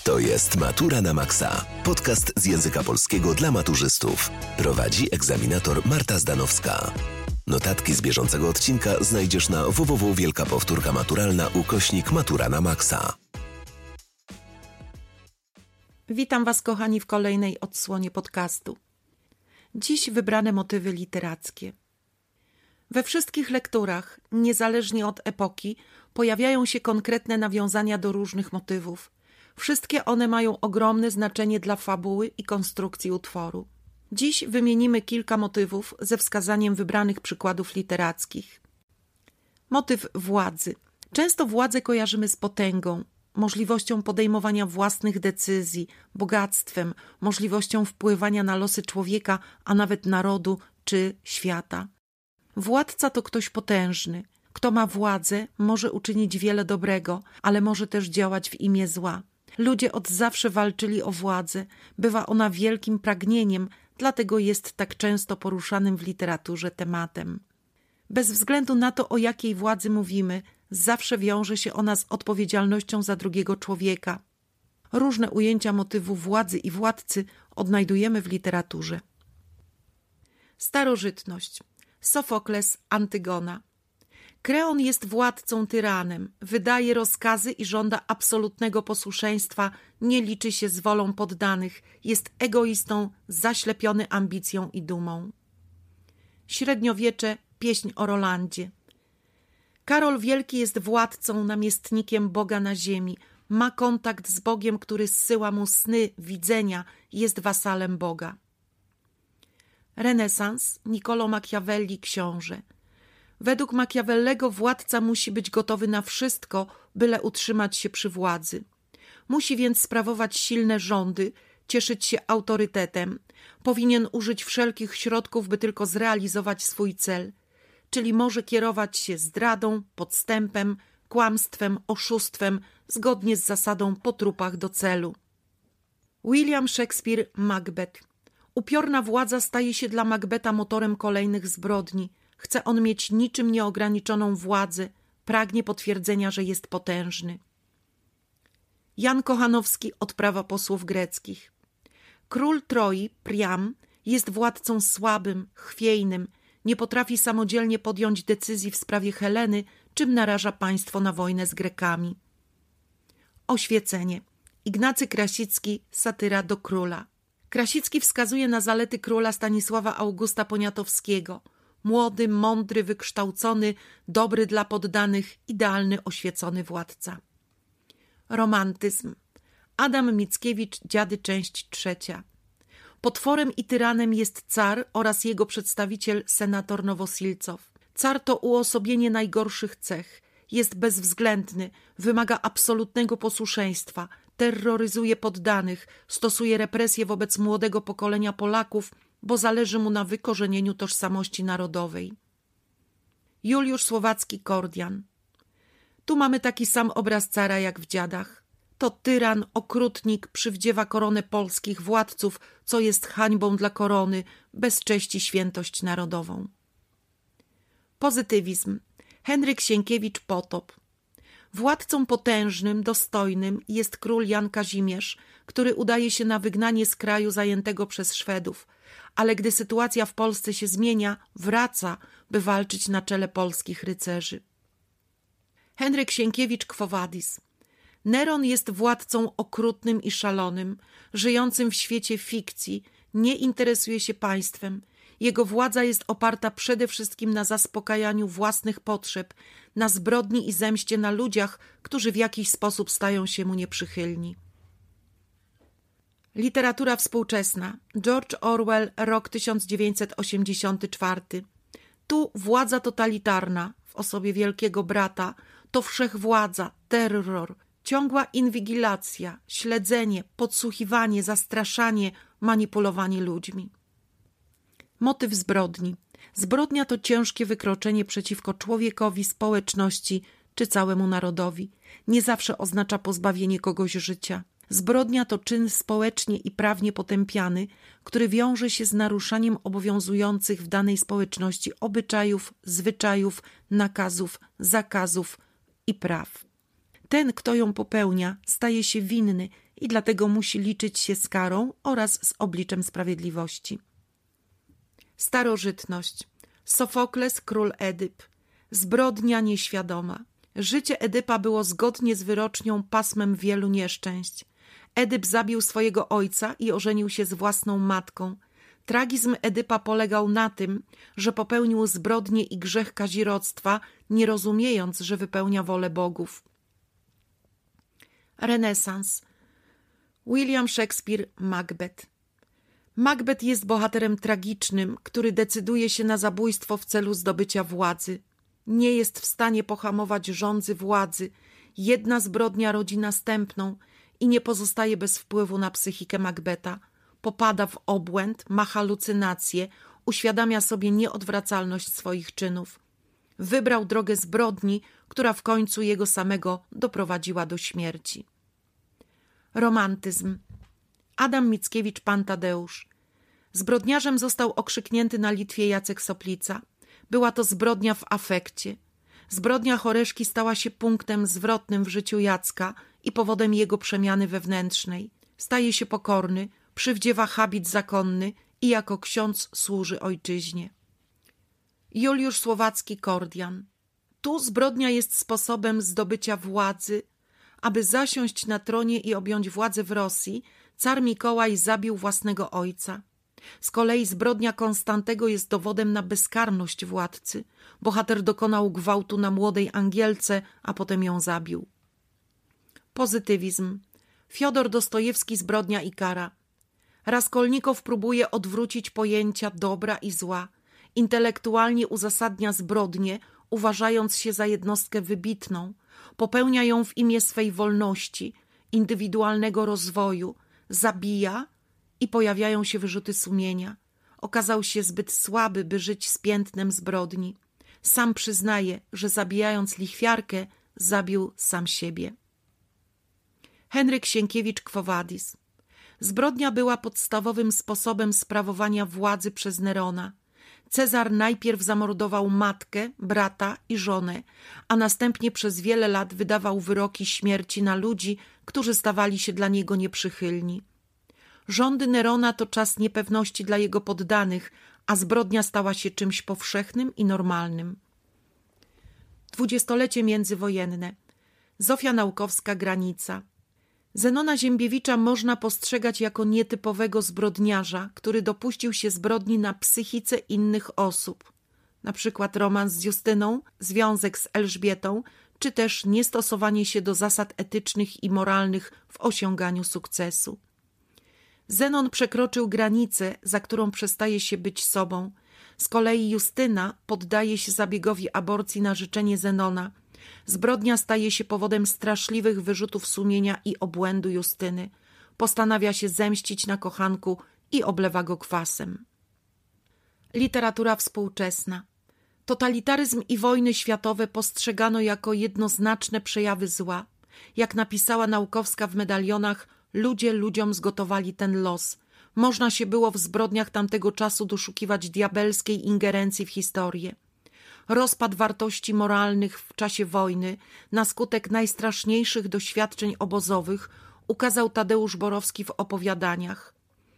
To jest Matura na Maksa. Podcast z języka polskiego dla maturzystów. Prowadzi egzaminator Marta Zdanowska. Notatki z bieżącego odcinka znajdziesz na www.maturalna/Matura na Maksa. Witam Was, kochani, w kolejnej odsłonie podcastu. Dziś wybrane motywy literackie. We wszystkich lekturach, niezależnie od epoki, pojawiają się konkretne nawiązania do różnych motywów. Wszystkie one mają ogromne znaczenie dla fabuły i konstrukcji utworu. Dziś wymienimy kilka motywów ze wskazaniem wybranych przykładów literackich. Motyw władzy. Często władzę kojarzymy z potęgą, możliwością podejmowania własnych decyzji, bogactwem, możliwością wpływania na losy człowieka, a nawet narodu czy świata. Władca to ktoś potężny. Kto ma władzę, może uczynić wiele dobrego, ale może też działać w imię zła. Ludzie od zawsze walczyli o władzę. Bywa ona wielkim pragnieniem, dlatego jest tak często poruszanym w literaturze tematem. Bez względu na to, o jakiej władzy mówimy, zawsze wiąże się ona z odpowiedzialnością za drugiego człowieka. Różne ujęcia motywu władzy i władcy odnajdujemy w literaturze. Starożytność. Sofokles, Antygona. Kreon jest władcą tyranem, wydaje rozkazy i żąda absolutnego posłuszeństwa, nie liczy się z wolą poddanych, jest egoistą, zaślepiony ambicją i dumą. Średniowiecze, pieśń o Rolandzie. Karol Wielki jest władcą, namiestnikiem Boga na ziemi, ma kontakt z Bogiem, który zsyła mu sny, widzenia, jest wasalem Boga. Renesans, Niccolò Machiavelli, książę. Według Machiavellego władca musi być gotowy na wszystko, byle utrzymać się przy władzy. Musi więc sprawować silne rządy, cieszyć się autorytetem. Powinien użyć wszelkich środków, by tylko zrealizować swój cel. Czyli może kierować się zdradą, podstępem, kłamstwem, oszustwem, zgodnie z zasadą po trupach do celu. William Shakespeare, Macbeth. Upiorna władza staje się dla Macbeta motorem kolejnych zbrodni. Chce on mieć niczym nieograniczoną władzę, pragnie potwierdzenia, że jest potężny. Jan Kochanowski, Odprawa posłów greckich. Król Troi, Priam, jest władcą słabym, chwiejnym, nie potrafi samodzielnie podjąć decyzji w sprawie Heleny, czym naraża państwo na wojnę z Grekami. Oświecenie. Ignacy Krasicki, Satyra do króla. Krasicki wskazuje na zalety króla Stanisława Augusta Poniatowskiego. Młody, mądry, wykształcony, dobry dla poddanych, idealny, oświecony władca. Romantyzm. Adam Mickiewicz, Dziady, część 3. Potworem i tyranem jest car oraz jego przedstawiciel, senator Nowosilcow. Car to uosobienie najgorszych cech. Jest bezwzględny, wymaga absolutnego posłuszeństwa, terroryzuje poddanych, stosuje represje wobec młodego pokolenia Polaków, bo zależy mu na wykorzenieniu tożsamości narodowej. Juliusz Słowacki, Kordian. Tu mamy taki sam obraz cara jak w Dziadach. To tyran, okrutnik, przywdziewa koronę polskich władców, co jest hańbą dla korony, bezcześci świętość narodową. Pozytywizm. Henryk Sienkiewicz, Potop. Władcą potężnym, dostojnym jest król Jan Kazimierz, który udaje się na wygnanie z kraju zajętego przez Szwedów, ale gdy sytuacja w Polsce się zmienia, wraca, by walczyć na czele polskich rycerzy. Henryk Sienkiewicz, Quo Vadis. Neron jest władcą okrutnym i szalonym, żyjącym w świecie fikcji, nie interesuje się państwem. Jego władza jest oparta przede wszystkim na zaspokajaniu własnych potrzeb, na zbrodni i zemście na ludziach, którzy w jakiś sposób stają się mu nieprzychylni. Literatura współczesna. George Orwell, rok 1984. Tu władza totalitarna, w osobie Wielkiego Brata, to wszechwładza, terror, ciągła inwigilacja, śledzenie, podsłuchiwanie, zastraszanie, manipulowanie ludźmi. Motyw zbrodni. Zbrodnia to ciężkie wykroczenie przeciwko człowiekowi, społeczności czy całemu narodowi. Nie zawsze oznacza pozbawienie kogoś życia. Zbrodnia to czyn społecznie i prawnie potępiany, który wiąże się z naruszaniem obowiązujących w danej społeczności obyczajów, zwyczajów, nakazów, zakazów i praw. Ten, kto ją popełnia, staje się winny i dlatego musi liczyć się z karą oraz z obliczem sprawiedliwości. Starożytność. Sofokles, król Edyp. Zbrodnia nieświadoma. Życie Edypa było zgodnie z wyrocznią pasmem wielu nieszczęść. Edyp zabił swojego ojca i ożenił się z własną matką. Tragizm Edypa polegał na tym, że popełnił zbrodnię i grzech kazirodztwa, nie rozumiejąc, że wypełnia wolę bogów. Renesans. William Shakespeare, Macbeth. Macbeth jest bohaterem tragicznym, który decyduje się na zabójstwo w celu zdobycia władzy. Nie jest w stanie pohamować żądzy władzy. Jedna zbrodnia rodzi następną i nie pozostaje bez wpływu na psychikę Macbetha. Popada w obłęd, ma halucynacje, uświadamia sobie nieodwracalność swoich czynów. Wybrał drogę zbrodni, która w końcu jego samego doprowadziła do śmierci. Romantyzm. Adam Mickiewicz, Pan Tadeusz. Zbrodniarzem został okrzyknięty na Litwie Jacek Soplica. Była to zbrodnia w afekcie. Zbrodnia Horeszki stała się punktem zwrotnym w życiu Jacka i powodem jego przemiany wewnętrznej. Staje się pokorny, przywdziewa habit zakonny i jako ksiądz służy ojczyźnie. Juliusz Słowacki, Kordian. Tu zbrodnia jest sposobem zdobycia władzy. Aby zasiąść na tronie i objąć władzę w Rosji, car Mikołaj zabił własnego ojca. Z kolei zbrodnia Konstantego jest dowodem na bezkarność władcy. Bohater dokonał gwałtu na młodej Angielce, a potem ją zabił. Pozytywizm. Fiodor Dostojewski, Zbrodnia i kara. Raskolnikow próbuje odwrócić pojęcia dobra i zła. Intelektualnie uzasadnia zbrodnię, uważając się za jednostkę wybitną. Popełnia ją w imię swej wolności, indywidualnego rozwoju. Zabija i pojawiają się wyrzuty sumienia. Okazał się zbyt słaby, by żyć z piętnem zbrodni. Sam przyznaje, że zabijając lichwiarkę, zabił sam siebie. Henryk Sienkiewicz, Quo Vadis. Zbrodnia była podstawowym sposobem sprawowania władzy przez Nerona. Cezar najpierw zamordował matkę, brata i żonę, a następnie przez wiele lat wydawał wyroki śmierci na ludzi, którzy stawali się dla niego nieprzychylni. Rządy Nerona to czas niepewności dla jego poddanych, a zbrodnia stała się czymś powszechnym i normalnym. Dwudziestolecie międzywojenne. Zofia Naukowska, Granica. Zenona Ziembiewicza można postrzegać jako nietypowego zbrodniarza, który dopuścił się zbrodni na psychice innych osób. Na przykład romans z Justyną, związek z Elżbietą, czy też niestosowanie się do zasad etycznych i moralnych w osiąganiu sukcesu. Zenon przekroczył granicę, za którą przestaje się być sobą. Z kolei Justyna poddaje się zabiegowi aborcji na życzenie Zenona. Zbrodnia staje się powodem straszliwych wyrzutów sumienia i obłędu Justyny. Postanawia się zemścić na kochanku i oblewa go kwasem. Literatura współczesna. Totalitaryzm i wojny światowe postrzegano jako jednoznaczne przejawy zła. Jak napisała Naukowska w Medalionach, ludzie ludziom zgotowali ten los. Można się było w zbrodniach tamtego czasu doszukiwać diabelskiej ingerencji w historię. Rozpad wartości moralnych w czasie wojny na skutek najstraszniejszych doświadczeń obozowych ukazał Tadeusz Borowski w opowiadaniach.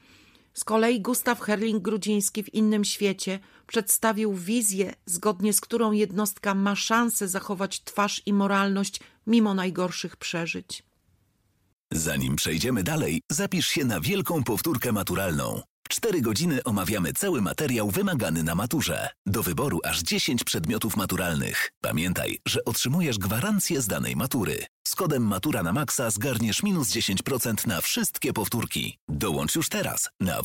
Z kolei Gustaw Herling-Grudziński w Innym świecie przedstawił wizję, zgodnie z którą jednostka ma szansę zachować twarz i moralność mimo najgorszych przeżyć. Zanim przejdziemy dalej, zapisz się na wielką powtórkę maturalną. W 4 godziny omawiamy cały materiał wymagany na maturze. Do wyboru aż 10 przedmiotów maturalnych. Pamiętaj, że otrzymujesz gwarancję z danej matury. Z kodem Matura na Maxa zgarniesz minus 10% na wszystkie powtórki. Dołącz już teraz na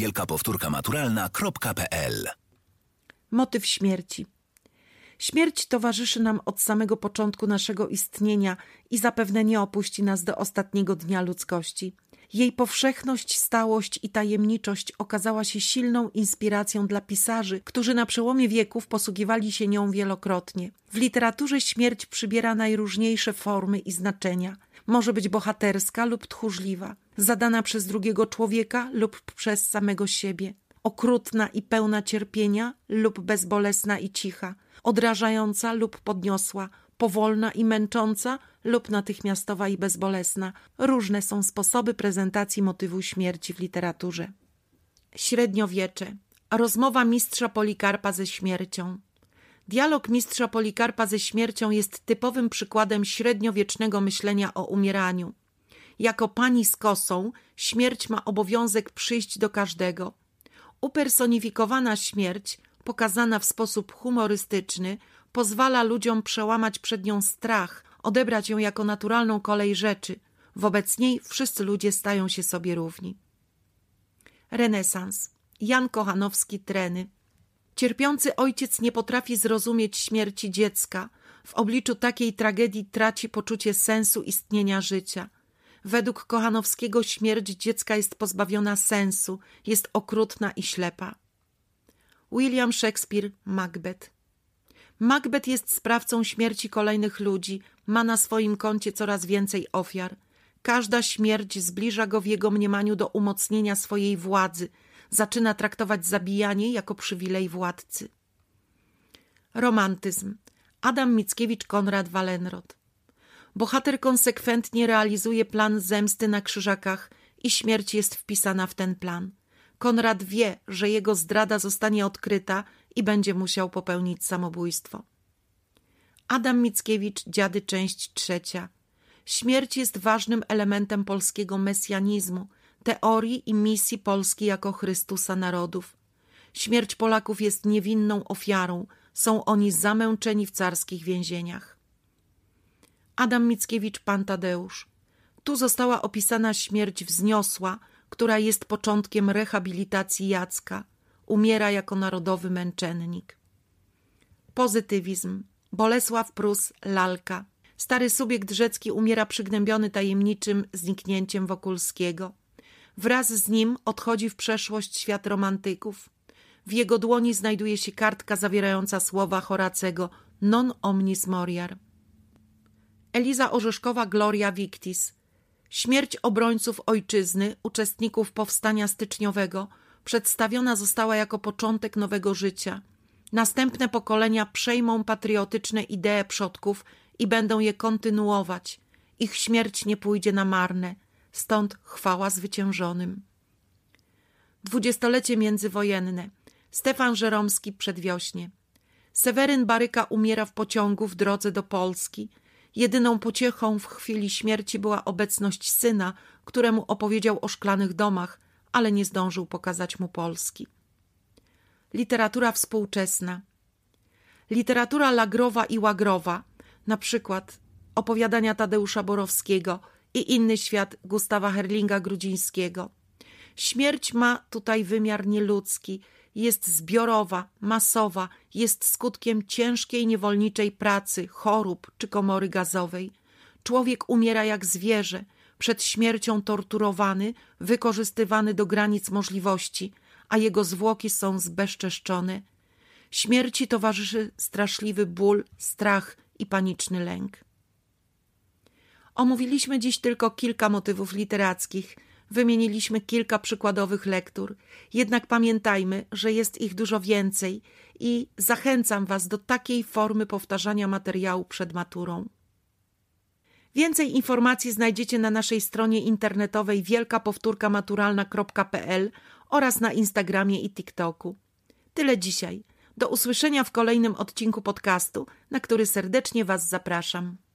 www.wielkapowtórkamaturalna.pl. Motyw śmierci. Śmierć towarzyszy nam od samego początku naszego istnienia i zapewne nie opuści nas do ostatniego dnia ludzkości. Jej powszechność, stałość i tajemniczość okazała się silną inspiracją dla pisarzy, którzy na przełomie wieków posługiwali się nią wielokrotnie. W literaturze śmierć przybiera najróżniejsze formy i znaczenia. Może być bohaterska lub tchórzliwa, zadana przez drugiego człowieka lub przez samego siebie, okrutna i pełna cierpienia lub bezbolesna i cicha, odrażająca lub podniosła, powolna i męcząca lub natychmiastowa i bezbolesna. Różne są sposoby prezentacji motywu śmierci w literaturze. Średniowiecze. Rozmowa mistrza Polikarpa ze śmiercią. Dialog mistrza Polikarpa ze śmiercią jest typowym przykładem średniowiecznego myślenia o umieraniu. Jako pani z kosą, śmierć ma obowiązek przyjść do każdego. Upersonifikowana śmierć, pokazana w sposób humorystyczny, pozwala ludziom przełamać przed nią strach, odebrać ją jako naturalną kolej rzeczy. Wobec niej wszyscy ludzie stają się sobie równi. Renesans. Jan Kochanowski, Treny. Cierpiący ojciec nie potrafi zrozumieć śmierci dziecka. W obliczu takiej tragedii traci poczucie sensu istnienia życia. Według Kochanowskiego śmierć dziecka jest pozbawiona sensu, jest okrutna i ślepa. William Shakespeare, Macbeth. Macbeth jest sprawcą śmierci kolejnych ludzi, ma na swoim koncie coraz więcej ofiar. Każda śmierć zbliża go w jego mniemaniu do umocnienia swojej władzy. Zaczyna traktować zabijanie jako przywilej władcy. Romantyzm. Adam Mickiewicz, Konrad Wallenrod. Bohater konsekwentnie realizuje plan zemsty na Krzyżakach i śmierć jest wpisana w ten plan. Konrad wie, że jego zdrada zostanie odkryta i będzie musiał popełnić samobójstwo. Adam Mickiewicz, Dziady, część 3. Śmierć jest ważnym elementem polskiego mesjanizmu, teorii i misji Polski jako Chrystusa narodów. Śmierć Polaków jest niewinną ofiarą, są oni zamęczeni w carskich więzieniach. Adam Mickiewicz, Pan Tadeusz. Tu została opisana śmierć wzniosła, która jest początkiem rehabilitacji Jacka. Umiera jako narodowy męczennik. Pozytywizm. Bolesław Prus, Lalka. Stary subiekt rzecki umiera przygnębiony tajemniczym zniknięciem Wokulskiego. Wraz z nim odchodzi w przeszłość świat romantyków. W jego dłoni znajduje się kartka zawierająca słowa Horacego non omnis moriar. Eliza Orzeszkowa, Gloria Victis. Śmierć obrońców ojczyzny, uczestników powstania styczniowego, przedstawiona została jako początek nowego życia. Następne pokolenia przejmą patriotyczne idee przodków i będą je kontynuować. Ich śmierć nie pójdzie na marne, stąd chwała zwyciężonym. 20-lecie międzywojenne. Stefan Żeromski, Przedwiośnie. Seweryn Baryka umiera w pociągu w drodze do Polski. Jedyną pociechą w chwili śmierci była obecność syna, któremu opowiedział o szklanych domach, ale nie zdążył pokazać mu Polski. Literatura współczesna. Literatura lagrowa i łagrowa, na przykład opowiadania Tadeusza Borowskiego i Inny świat Gustawa Herlinga-Grudzińskiego. Śmierć ma tutaj wymiar nieludzki, jest zbiorowa, masowa, jest skutkiem ciężkiej niewolniczej pracy, chorób czy komory gazowej. Człowiek umiera jak zwierzę, przed śmiercią torturowany, wykorzystywany do granic możliwości, a jego zwłoki są zbezczeszczone. Śmierci towarzyszy straszliwy ból, strach i paniczny lęk. Omówiliśmy dziś tylko kilka motywów literackich, wymieniliśmy kilka przykładowych lektur, jednak pamiętajmy, że jest ich dużo więcej i zachęcam Was do takiej formy powtarzania materiału przed maturą. Więcej informacji znajdziecie na naszej stronie internetowej wielkapowtórkamaturalna.pl oraz na Instagramie i TikToku. Tyle dzisiaj. Do usłyszenia w kolejnym odcinku podcastu, na który serdecznie Was zapraszam.